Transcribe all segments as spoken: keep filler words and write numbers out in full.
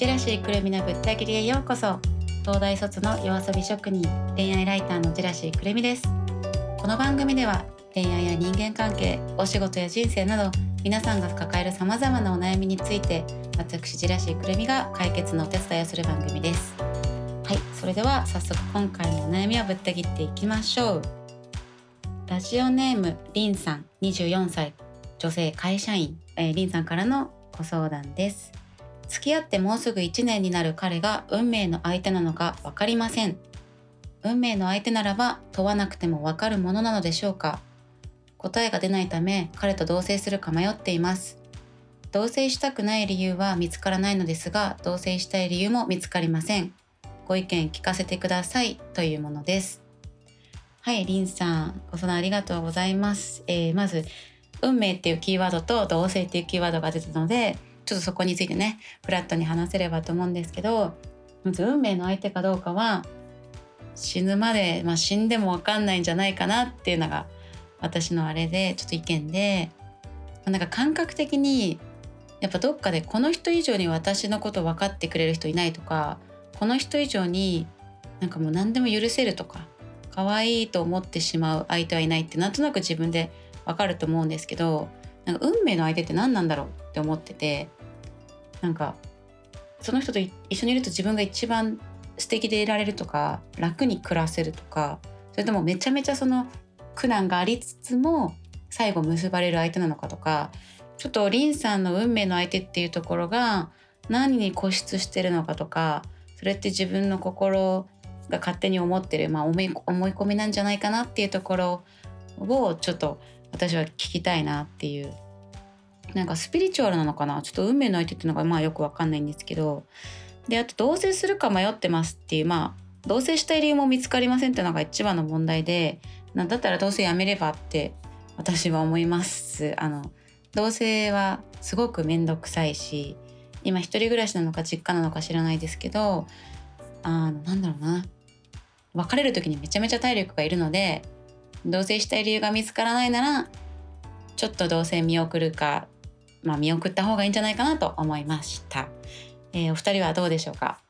ジェラシーくるみのぶった切りへようこそ。東大卒の夜遊び職人、恋愛ライターのジェラシーくるみです。この番組では恋愛や人間関係、お仕事や人生など皆さんが抱えるさまざまなお悩みについて、私ジェラシーくるみが解決のお手伝いをする番組です。はい、それでは早速今回のお悩みをぶった切っていきましょう。ラジオネームりんさん、にじゅうよんさい、女性会社員、えー、りんさんからのご相談です。付き合ってもうすぐいちねんになる彼が運命の相手なのか分かりません。運命の相手ならば問わなくても分かるものなのでしょうか。答えが出ないため彼と同棲するか迷っています。同棲したくない理由は見つからないのですが、同棲したい理由も見つかりません。ご意見聞かせてくださいというものです。はい、りんさん、ご相談ありがとうございます。えー、まず運命っていうキーワードと同棲っていうキーワードが出てたので、ちょっとそこについてねフラットに話せればと思うんですけど、まず運命の相手かどうかは死ぬまで、まあ、死んでも分かんないんじゃないかなっていうのが私のあれで、ちょっと意見で、なんか感覚的にやっぱどっかでこの人以上に私のこと分かってくれる人いないとか、この人以上になんかもう何でも許せるとか可愛いと思ってしまう相手はいないってなんとなく自分で分かると思うんですけど、なんか運命の相手って何なんだろうって思ってて、なんかその人と一緒にいると自分が一番素敵でいられるとか、楽に暮らせるとか、それともめちゃめちゃその苦難がありつつも最後結ばれる相手なのかとか、ちょっとリンさんの運命の相手っていうところが何に固執してるのかとか、それって自分の心が勝手に思ってる、まあ、思い、思い込みなんじゃないかなっていうところをちょっと私は聞きたいなっていう。なんかスピリチュアルなのかな、ちょっと運命の相手っていうのがまあよくわかんないんですけど、であと同棲するか迷ってますっていう、まあ同棲したい理由も見つかりませんっていうのが一番の問題で、なんだったら同棲やめればって私は思います。あの同棲はすごくめんどくさいし、今一人暮らしなのか実家なのか知らないですけど、あのなんだろうな、別れる時にめちゃめちゃ体力がいるので、同棲したい理由が見つからないならちょっと同棲見送るか、まあ、見送った方がいいんじゃないかなと思いました。えー、お二人はどうでしょうか。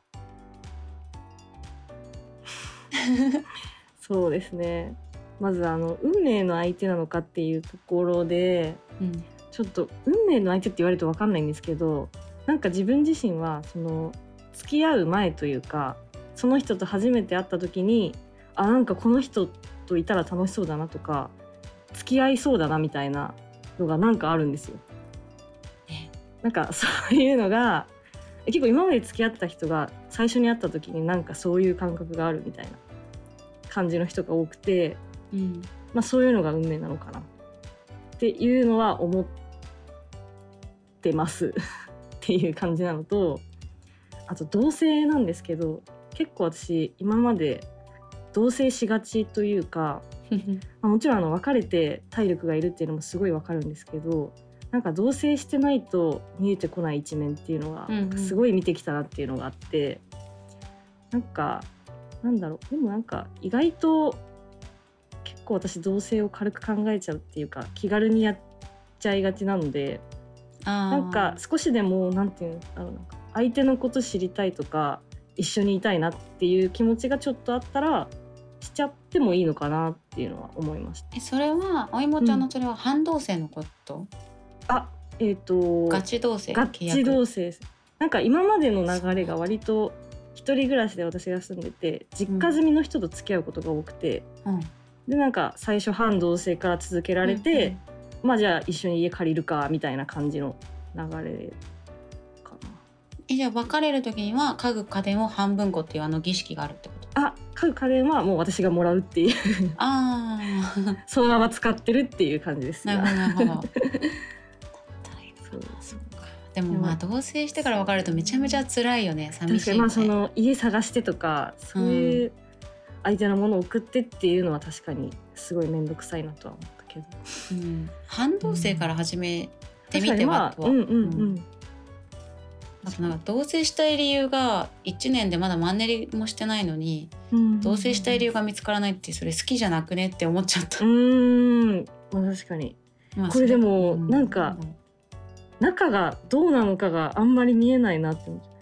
そうですね、まずあの運命の相手なのかっていうところで、うん、ちょっと運命の相手って言われると分かんないんですけど、なんか自分自身はその付き合う前というか、その人と初めて会った時に、あ、なんかこの人といたら楽しそうだなとか、付き合いそうだなみたいなのがなんかあるんですよ。なんかそういうのが結構今まで付き合ってた人が最初に会った時になんかそういう感覚があるみたいな感じの人が多くて、うん、まあそういうのが運命なのかなっていうのは思ってますっていう感じなのと、あと同棲なんですけど、結構私今まで同棲しがちというかまあもちろんあの別れて体力がいるっていうのもすごいわかるんですけど、なんか同棲してないと見えてこない一面っていうのがすごい見てきたなっていうのがあって、うんうん、なんかなんだろう、でもなんか意外と結構私同棲を軽く考えちゃうっていうか、気軽にやっちゃいがちなので、なんか少しでもなんていうんだろう、なんか相手のこと知りたいとか一緒にいたいなっていう気持ちがちょっとあったらしちゃってもいいのかなっていうのは思いました。 え、それはおいもちゃんのそれは半同棲のこと、うん、 あ、えーとガチ同棲、 ガチ同棲です。なんか今までの流れが割と一人暮らしで私が住んでて、実家住みの人と付き合うことが多くて、うん、でなんか最初半同棲から続けられて、うんうん、まあじゃあ一緒に家借りるかみたいな感じの流れかな。 え、じゃあ別れる時には家具家電を半分こっていうあの儀式があるってこと？ あ、家具家電はもう私がもらうっていうあそのまま使ってるっていう感じです。 なるほどなるほどそうそうか。でもまあ同棲してから別れるとめちゃめちゃ辛いよね、寂しいよね。 まあその家探してとかそういう相手のものを送ってっていうのは確かにすごい面倒くさいなとは思ったけど、 うん、半同棲から始めてみてはとは、 うんうんうんうん、 あとなんか同棲したい理由がいちねんでまだマンネリもしてないのに、うん、同棲したい理由が見つからないって、それ好きじゃなくねって思っちゃった。 うーん、まあ、確かに、まあ、これでもなんか、うん、仲がどうなのかがあんまり見えないなって思って、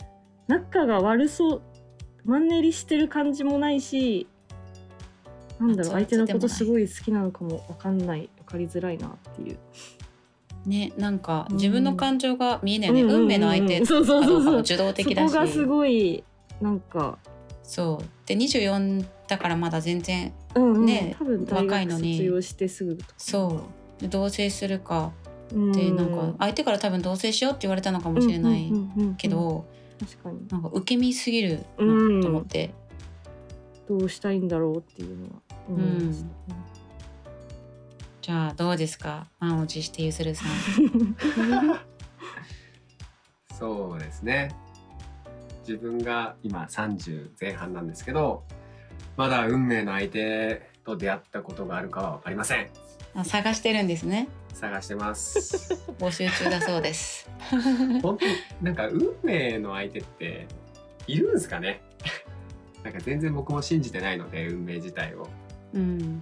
仲が悪そうマンネリしてる感じもないし、なんだろう、相手のことすごい好きなのかも分かんない分かりづらいなっていうね、なんか自分の感情が見えないよね、 うん、 運命の相手かどうかも受動的だし、 そこがすごいなんかそうでにじゅうよんだからまだ全然、 うんうん、 ね、 多分大学卒業してすぐとか、 そう同棲するかで、なんか相手から多分同棲しようって言われたのかもしれないけど、 確かになんか受け身すぎるなと思って、 うん、どうしたいんだろうっていうのは思いました、うん、 じゃあどうですか、満を持してゆずるさんそうですね、自分が今さんじゅうぜん半なんですけど、まだ運命の相手と出会ったことがあるかは分かりません。 あ、探してるんですね。 探してます募集中だそうです本当になんか運命の相手っているんですかねなんか全然僕も信じてないので、運命自体を、うん、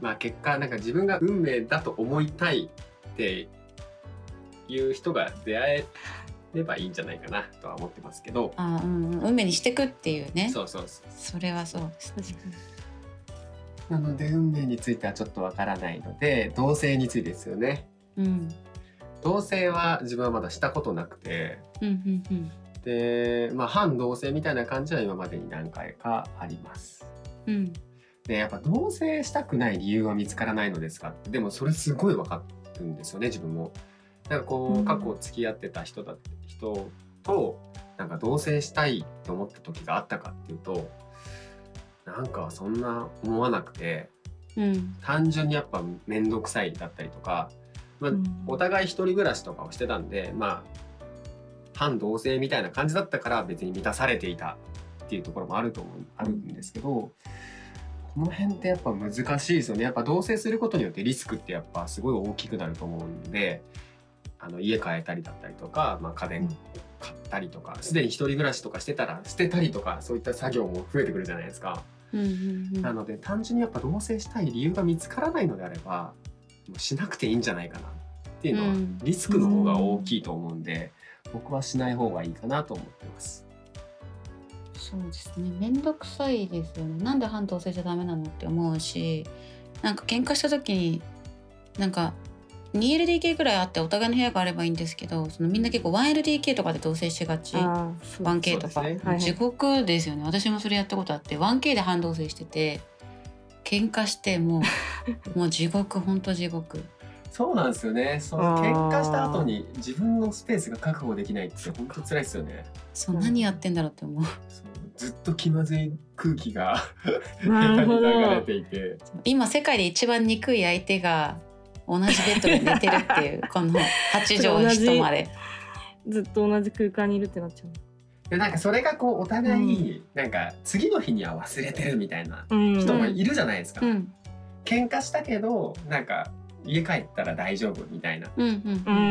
まあ結果なんか自分が運命だと思いたいっていう人が出会えればいいんじゃないかなとは思ってますけど、 あ、うん、運命にしてくっていうね。 そうそうそう、 それはそうです。 なので運命についてはちょっとわからないので、同性についてですよね、うん、同性は自分はまだしたことなくて、うんうんうん、で、まあ、反同性みたいな感じは今までに何回かあります、うん、でやっぱ同性したくない理由は見つからないのですかって、でもそれすごい分かるんですよね、自分も。なんかこう過去付き合ってた人だ人となんか同性したいって思った時があったかっていうと、なんかそんな思わなくて、うん、単純にやっぱ面倒くさいだったりとか、まあ、お互い一人暮らしとかをしてたんで、まあ反同性みたいな感じだったから別に満たされていたっていうところもあると思うあるんですけど、この辺ってやっぱ難しいですよね。やっぱ同棲することによってリスクってやっぱすごい大きくなると思うんで、あの家変えたりだったりとか、まあ、家電買ったりとか、すでに一人暮らしとかしてたら捨てたりとか、そういった作業も増えてくるじゃないですか。うんうんうん、なので単純にやっぱ同棲したい理由が見つからないのであればもうしなくていいんじゃないかなっていうのは、うん、リスクの方が大きいと思うんで、うん、僕はしない方がいいかなと思ってます。 そうですね、めんどくさいですよね。なんで反同棲じゃダメなのって思うし、なんか喧嘩した時になんか にエルディーケー くらいあってお互いの部屋があればいいんですけど、そのみんな結構 ワンエルディーケー とかで同棲しがち、 ワンケー とか、ね、はいはい、地獄ですよね。私もそれやったことあって ワンケー で半同棲してて喧嘩してもうもう地獄、ほんと地獄。 そうなんですよね。その喧嘩した後に自分のスペースが確保できないって本当辛いですよね。 そう、何やってんだろうって思う。そう、 ずっと気まずい空気が部屋に流れていて、 今世界で一番憎い相手が同じベッドで寝てるっていうこのはち畳一までずっと同じ空間にいるってなっちゃう。 でなんかそれがこうお互い、うん、なんか次の日には忘れてるみたいな人もいるじゃないですか、うん、喧嘩したけどなんか家帰ったら大丈夫みたいな、うんうんうん、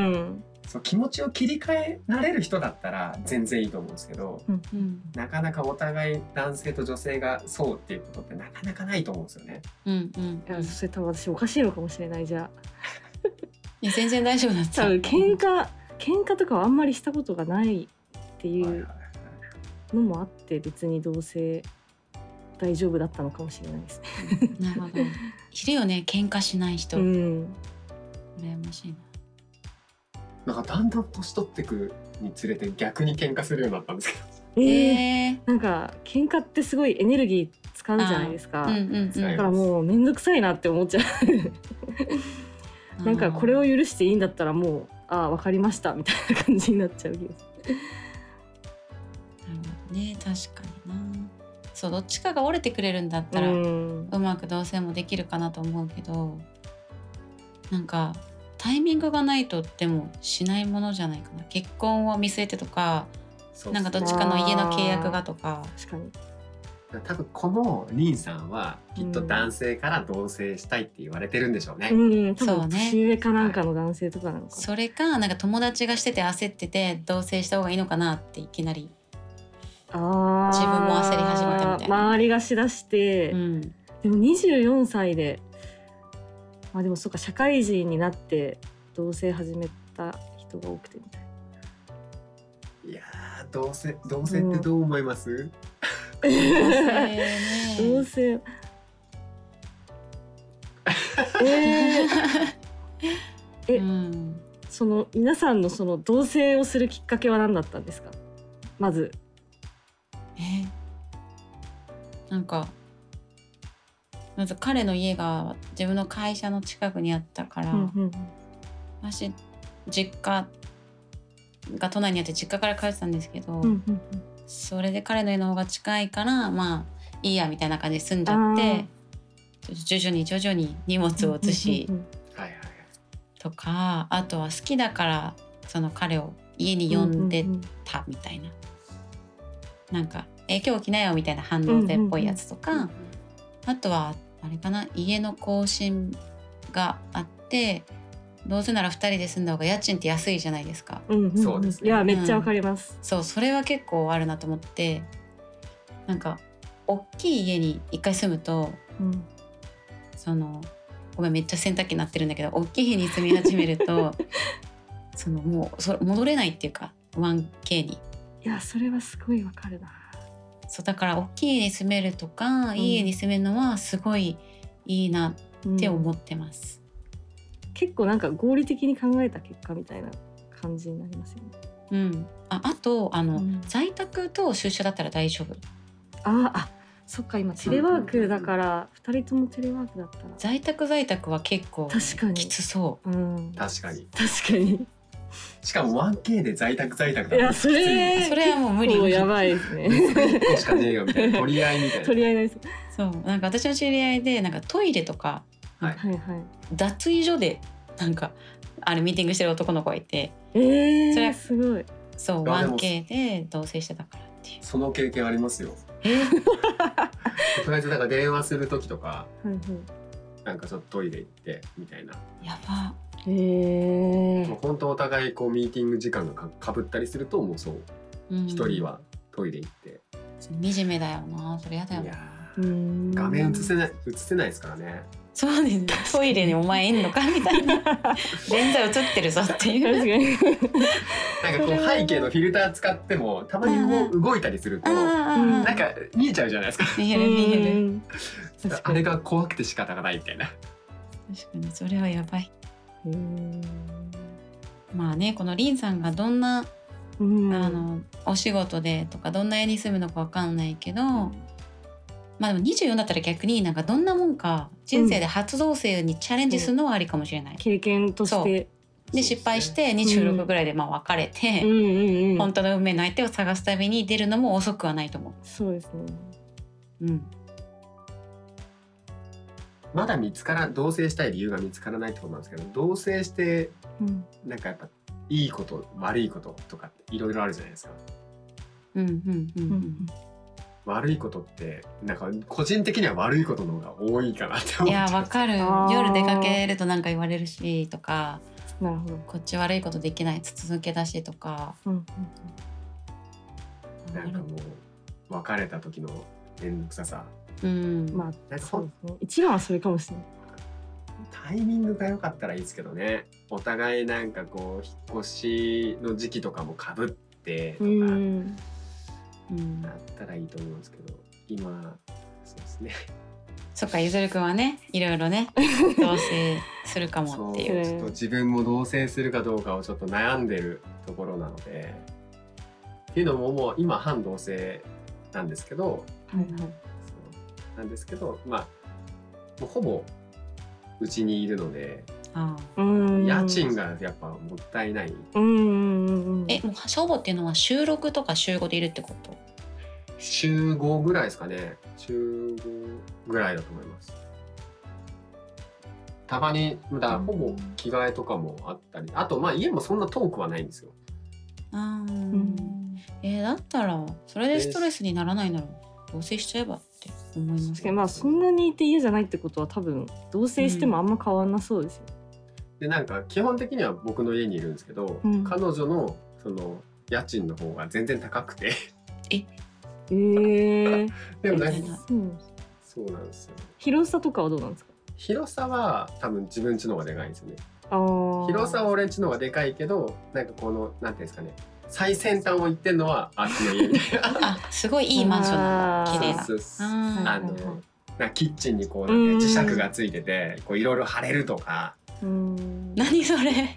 そう気持ちを切り替えられる人だったら全然いいと思うんですけど、うんうん、なかなかお互い男性と女性がそうっていうことってなかなかないと思うんですよね、うんうん、 いやそれ多分私おかしいのかもしれない。じゃあいや全然大丈夫だった。 多分喧嘩喧嘩とかはあんまりしたことがないっていうのもあって別に同性大丈夫だったのかもしれないですね。 なるほど。いるよね喧嘩しない人、うん、羨ましいな。なんかだんだん年取ってくにつれて逆に喧嘩するようになったんですけど、 えー、なんか喧嘩ってすごいエネルギー使うじゃないですか、うんうんうん、だからもうめんどくさいなって思っちゃうなんかこれを許していいんだったらもうああ分かりましたみたいな感じになっちゃう気がする。 ね、確かにな。そうどっちかが折れてくれるんだったら う, うまく同棲もできるかなと思うけど、なんかタイミングがないとでもしないものじゃないかな。結婚を見据えてとか、なんかどっちかの家の契約がとか。 確かに多分このリンさんはきっと男性から同棲したいって言われてるんでしょうね、 うんうん、そうね。年上かなんかの男性とかなのかな、はい、 それかなんか友達がしてて焦ってて同棲した方がいいのかなっていきなりあ自分も焦り始めたみたいな。 周りがしだして、うん、でもにじゅうよんさいで、まあ、でもそうか社会人になって同棲始めた人が多くてみたいな。 いや同棲同棲ってどう思います？うん、 同棲えー、え、うん、その皆さんのその同棲をするきっかけは何だったんですか？まずえなんかまず彼の家が自分の会社の近くにあったから、うんうん、私実家が都内にあって実家から帰ってたんですけど、うんうんうん、それで彼の家の方が近いからまあいいやみたいな感じで住んじゃって徐々に徐々に荷物を移し、うんうんうん、とかあとは好きだからその彼を家に呼んでたみたいな、うんうんうん、なんかえ今日来なよみたいな反応でっぽいやつとか、うんうんうん、あとはあれかな家の更新があってどうせならふたりで住んだ方が家賃って安いじゃないですか、 うんうん、そうですね。いやめっちゃわかります、 うん、そうそれは結構あるなと思ってなんか大きい家に一回住むと、うん、そのごめんめっちゃ洗濯機になってるんだけど大きい家に住み始めるとそのもうそれ戻れないっていうか ワンケー にいやそれはすごいわかるな。 そうだから大きい家に住めるとか、うん、いい家に住めるのはすごいいいなって思ってます、 うん、結構なんか合理的に考えた結果みたいな感じになりますよね。 うん、あ, あとあの、うん、在宅と出社だったら大丈夫。 ああそっか今テレワークだからふたりともテレワークだったら在宅在宅は結構きつそう、 うん、確かに確かにしかも ワンケー で在宅在宅だいやそれそれはもう無理もうやばいですねいっこしかねえよみたいな取り合いみたいな取り合いです。 そうなんか私の知り合いでなんかトイレとか、 はいはいはい、 脱衣所でなんかあれミーティングしてる男の子がいてえー、それすごいそう ワンケー で同棲してたからっていうその経験ありますよ。 えー、 とりあえずなんか電話する時とか、はいはい、なんかちょっとトイレ行ってみたいなやばへえもう本当お互いこうミーティング時間が か, かぶったりするともうそう一、うん、人はトイレ行って惨めだよなそれやだよ。いや画面映せない映せないですからね。 そうですねトイレにお前いんのかみたいな連載映ってるぞっていうなんかこう背景のフィルター使ってもたまにこう動いたりするとなんか見えちゃうじゃないですか。 見える見えるあれが怖くて仕方がないみたいな。 確かにそれはやばい。うーんまあねこのリンさんがどんなうんあのお仕事でとかどんな家に住むのか分かんないけど、まあでもにじゅうよんだったら逆になんかどんなもんか人生で初同棲にチャレンジするのはありかもしれない、うん、 経験としてで失敗してにじゅうろくぐらいでまあ別れて、うんうんうん、本当の運命の相手を探すために出るのも遅くはないと思う。 そうですね、 うん、 まだ見つから同棲したい理由が見つからないってことなんですけど同棲して、うん、なんかやっぱいいこと悪いこととかっていろいろあるじゃないですか。 うんうんうんうん、 悪いことってなんか個人的には悪いことの方が多いかなって思って。 いやわかる。夜出かけるとなんか言われるしとかなるほどこっち悪いことできない続けだしとか、うんうんうん、なんかもう別れた時の面倒くささ、 うん、まあなんかそうですね一番はそれかもしれない。 タイミングが良かったらいいですけどね。お互いなんかこう引っ越しの時期とかも被ってとか、うんうん、だったらいいと思うんですけど今そうですね。 そっかゆずるくんはねいろいろね同棲するかもっていうそうちょっと自分も同棲するかどうかをちょっと悩んでるところなのでっていうのももう今半同棲なんですけど、はいはい、そうなんですけどまあもうほぼうちにいるのでああ家賃がやっぱもったいない。 うんえもう消防っていうのは週ろくとか週ごでいるってこと？ 週ごぐらいですかね。週ごぐらいだと思います。たまにだからほぼ着替えとかもあったりあとまあ家もそんな遠くはないんですよ。 あ、うん、えー、だったらそれでストレスにならないなら同棲しちゃえばって思いますけど、 まあそんなにいて家じゃないってことは多分同棲してもあんま変わんなそうですよ、 うん、でなんか基本的には僕の家にいるんですけど、うん、彼女のその家賃の方が全然高くてええー、 でもなんか、うん、そうなんですよ。 広さとかはどうなんですか？ 広さは多分自分家の方がでかいんですよね。あ広さは俺ん家の方がでかいけどなんかこのなんていうんですかね最先端を言ってるのはあっちの家みたいなあ、すごいいいマンションなの、綺麗な。 そうそうそう、あのなキッチンにこうなんか磁石がついててこういろいろ貼れるとか、 うん、 何それ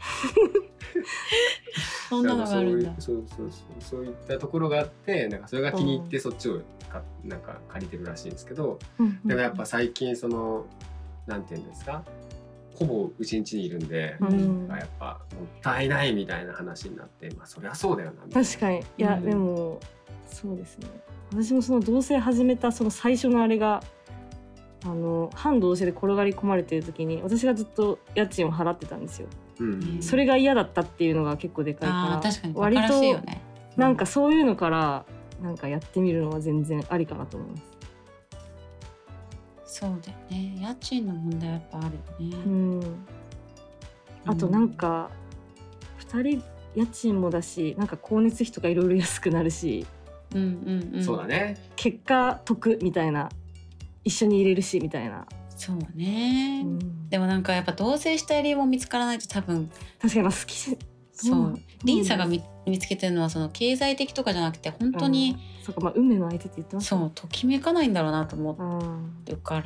そんなのがあるんだ。 そうそうそうそう、そういったところがあって、なんかそれが気に入ってそっちをかなんか借りてるらしいんですけど、うん、でもやっぱ最近そのなんていうんですか、ほぼうちんちにいるんで、うん、やっぱもったいないみたいな話になって、まあそりゃそうだよなみたいな。 確かに、いや、うん、でもそうですね、私もその同棲始めたその最初のあれがあの半同棲で転がり込まれてる時に私がずっと家賃を払ってたんですよ、うん、それが嫌だったっていうのが結構でかいから、 あ、確かに割とよね、 なんかそういうのからなんかやってみるのは全然ありかなと思います。 そうだよね、家賃の問題はやっぱあるよね、うん、 あとなんかふたり家賃もだし、なんか光熱費とかいろいろ安くなるし、 うんうんうん、 そうだね、 結果得みたいな、一緒に入れるしみたいな。 そうね、うん、でもなんかやっぱ同棲したい理由も見つからないと多分確かに好きしそう、うん、リンさんが 見, 見つけてるのはその経済的とかじゃなくて本当に、 うん、そうか、まあ運命の相手って言ってますね、そうときめかないんだろうなと思ってるから、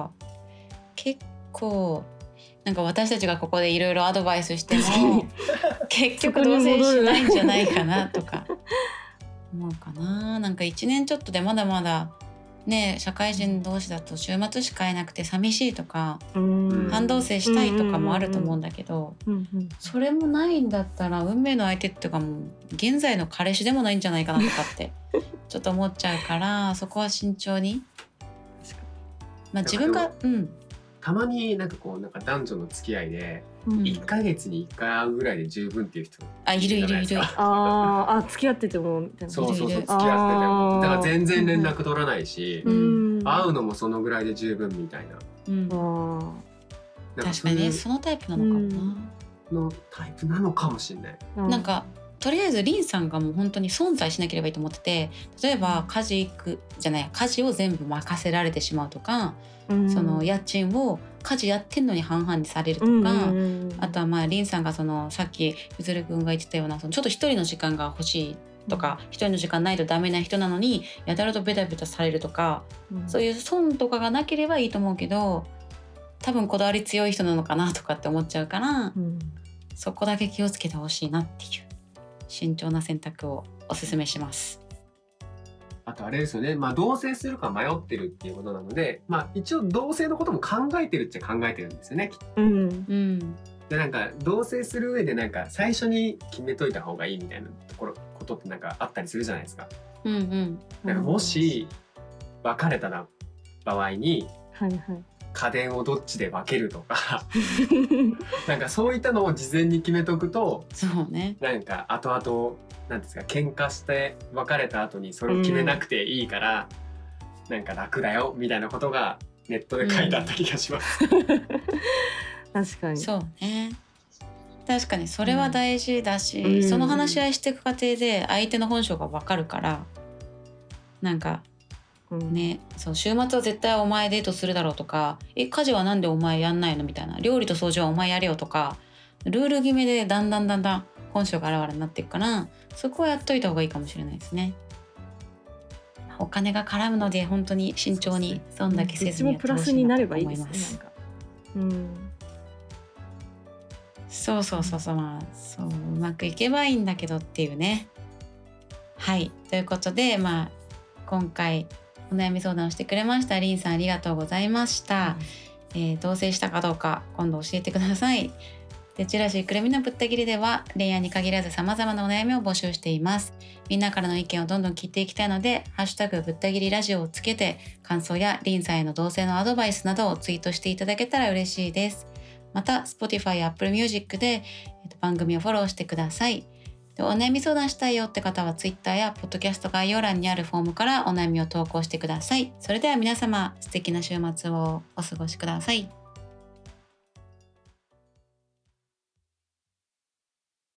うん、結構なんか私たちがここでいろいろアドバイスしても結局同棲しないんじゃないかなとか思うかな。なんかいちねんちょっとでまだまだね、社会人同士だと週末しか会えなくて寂しいとか、半同棲したいとかもあると思うんだけど、それもないんだったら運命の相手っていうかもう現在の彼氏でもないんじゃないかなとかってちょっと思っちゃうからそこは慎重に、まあ、自分が、うん、 たまになんかこうなんか男女の付き合いでいっかげつにいっかい会うぐらいで十分っていう人あ、いるいるいる。 ああ、付き合っててもみたいな。 そうそうそう、付き合っててもだから全然連絡取らないし、うん、会うのもそのぐらいで十分みたいな、うん、 なんか確かにね、そのタイプなのかもな、 うん、のタイプなのかもしれない、 うん、なんかとりあえずリンさんがもう本当に存在しなければいいと思ってて、例えば家事行くじゃない家事を全部任せられてしまうとか、うん、その家賃を家事やってんのに半々にされるとか、うんうんうん、あとはまあリンさんがそのさっきゆずるくんが言ってたようなそのちょっと一人の時間が欲しいとか、一、うん、人の時間ないとダメな人なのにやたらとベタベタされるとか、うん、そういう損とかがなければいいと思うけど、多分こだわり強い人なのかなとかって思っちゃうから、うん、そこだけ気をつけてほしいなっていう慎重な選択をおすすめします。 あとあれですよね、まあ、同棲するか迷ってるっていうことなので、まあ、一応同棲のことも考えてるっちゃ考えてるんですよね、うんうん、でなんか同棲する上でなんか最初に決めといた方がいいみたいなところことってなんかあったりするじゃないですか、うんうん、なんかもし別れたら場合に、はいはい、家電をどっちで分けるとかなんかそういったのを事前に決めとくと、 そうね、 なんか後々なんですか、喧嘩して別れた後にそれを決めなくていいから、うん、なんか楽だよみたいなことがネットで書いてあった気がします、うん、確かにそうね、確かにそれは大事だし、うん、その話し合いしていく過程で相手の本性が分かるから、なんかね、そう週末は絶対お前デートするだろうとか、え家事はなんでお前やんないのみたいな、料理と掃除はお前やれよとか、ルール決めでだんだんだんだん本性があらわらになっていくから、そこはやっといた方がいいかもしれないですね。お金が絡むので本当に慎重に損だけせずにやってほしいなと思います。 ですね、なんか、うん、 そうそうそうそう、まあそううまくいけばいいんだけどっていうね。はいということで、まあ今回お悩み相談をしてくれましたりんさんありがとうございました、うん、えー、同棲したかどうか今度教えてください。でジェラシーくるみのぶった切りでは恋愛に限らず様々なお悩みを募集しています。みんなからの意見をどんどん聞いていきたいのでハッシュタグぶった切りラジオをつけて感想やりんさんへの同棲のアドバイスなどをツイートしていただけたら嬉しいです。また Spotify や Apple Music で、えー、と番組をフォローしてください。でお悩み相談したいよって方は Twitter やポッドキャスト概要欄にあるフォームからお悩みを投稿してください。それでは皆様素敵な週末をお過ごしください。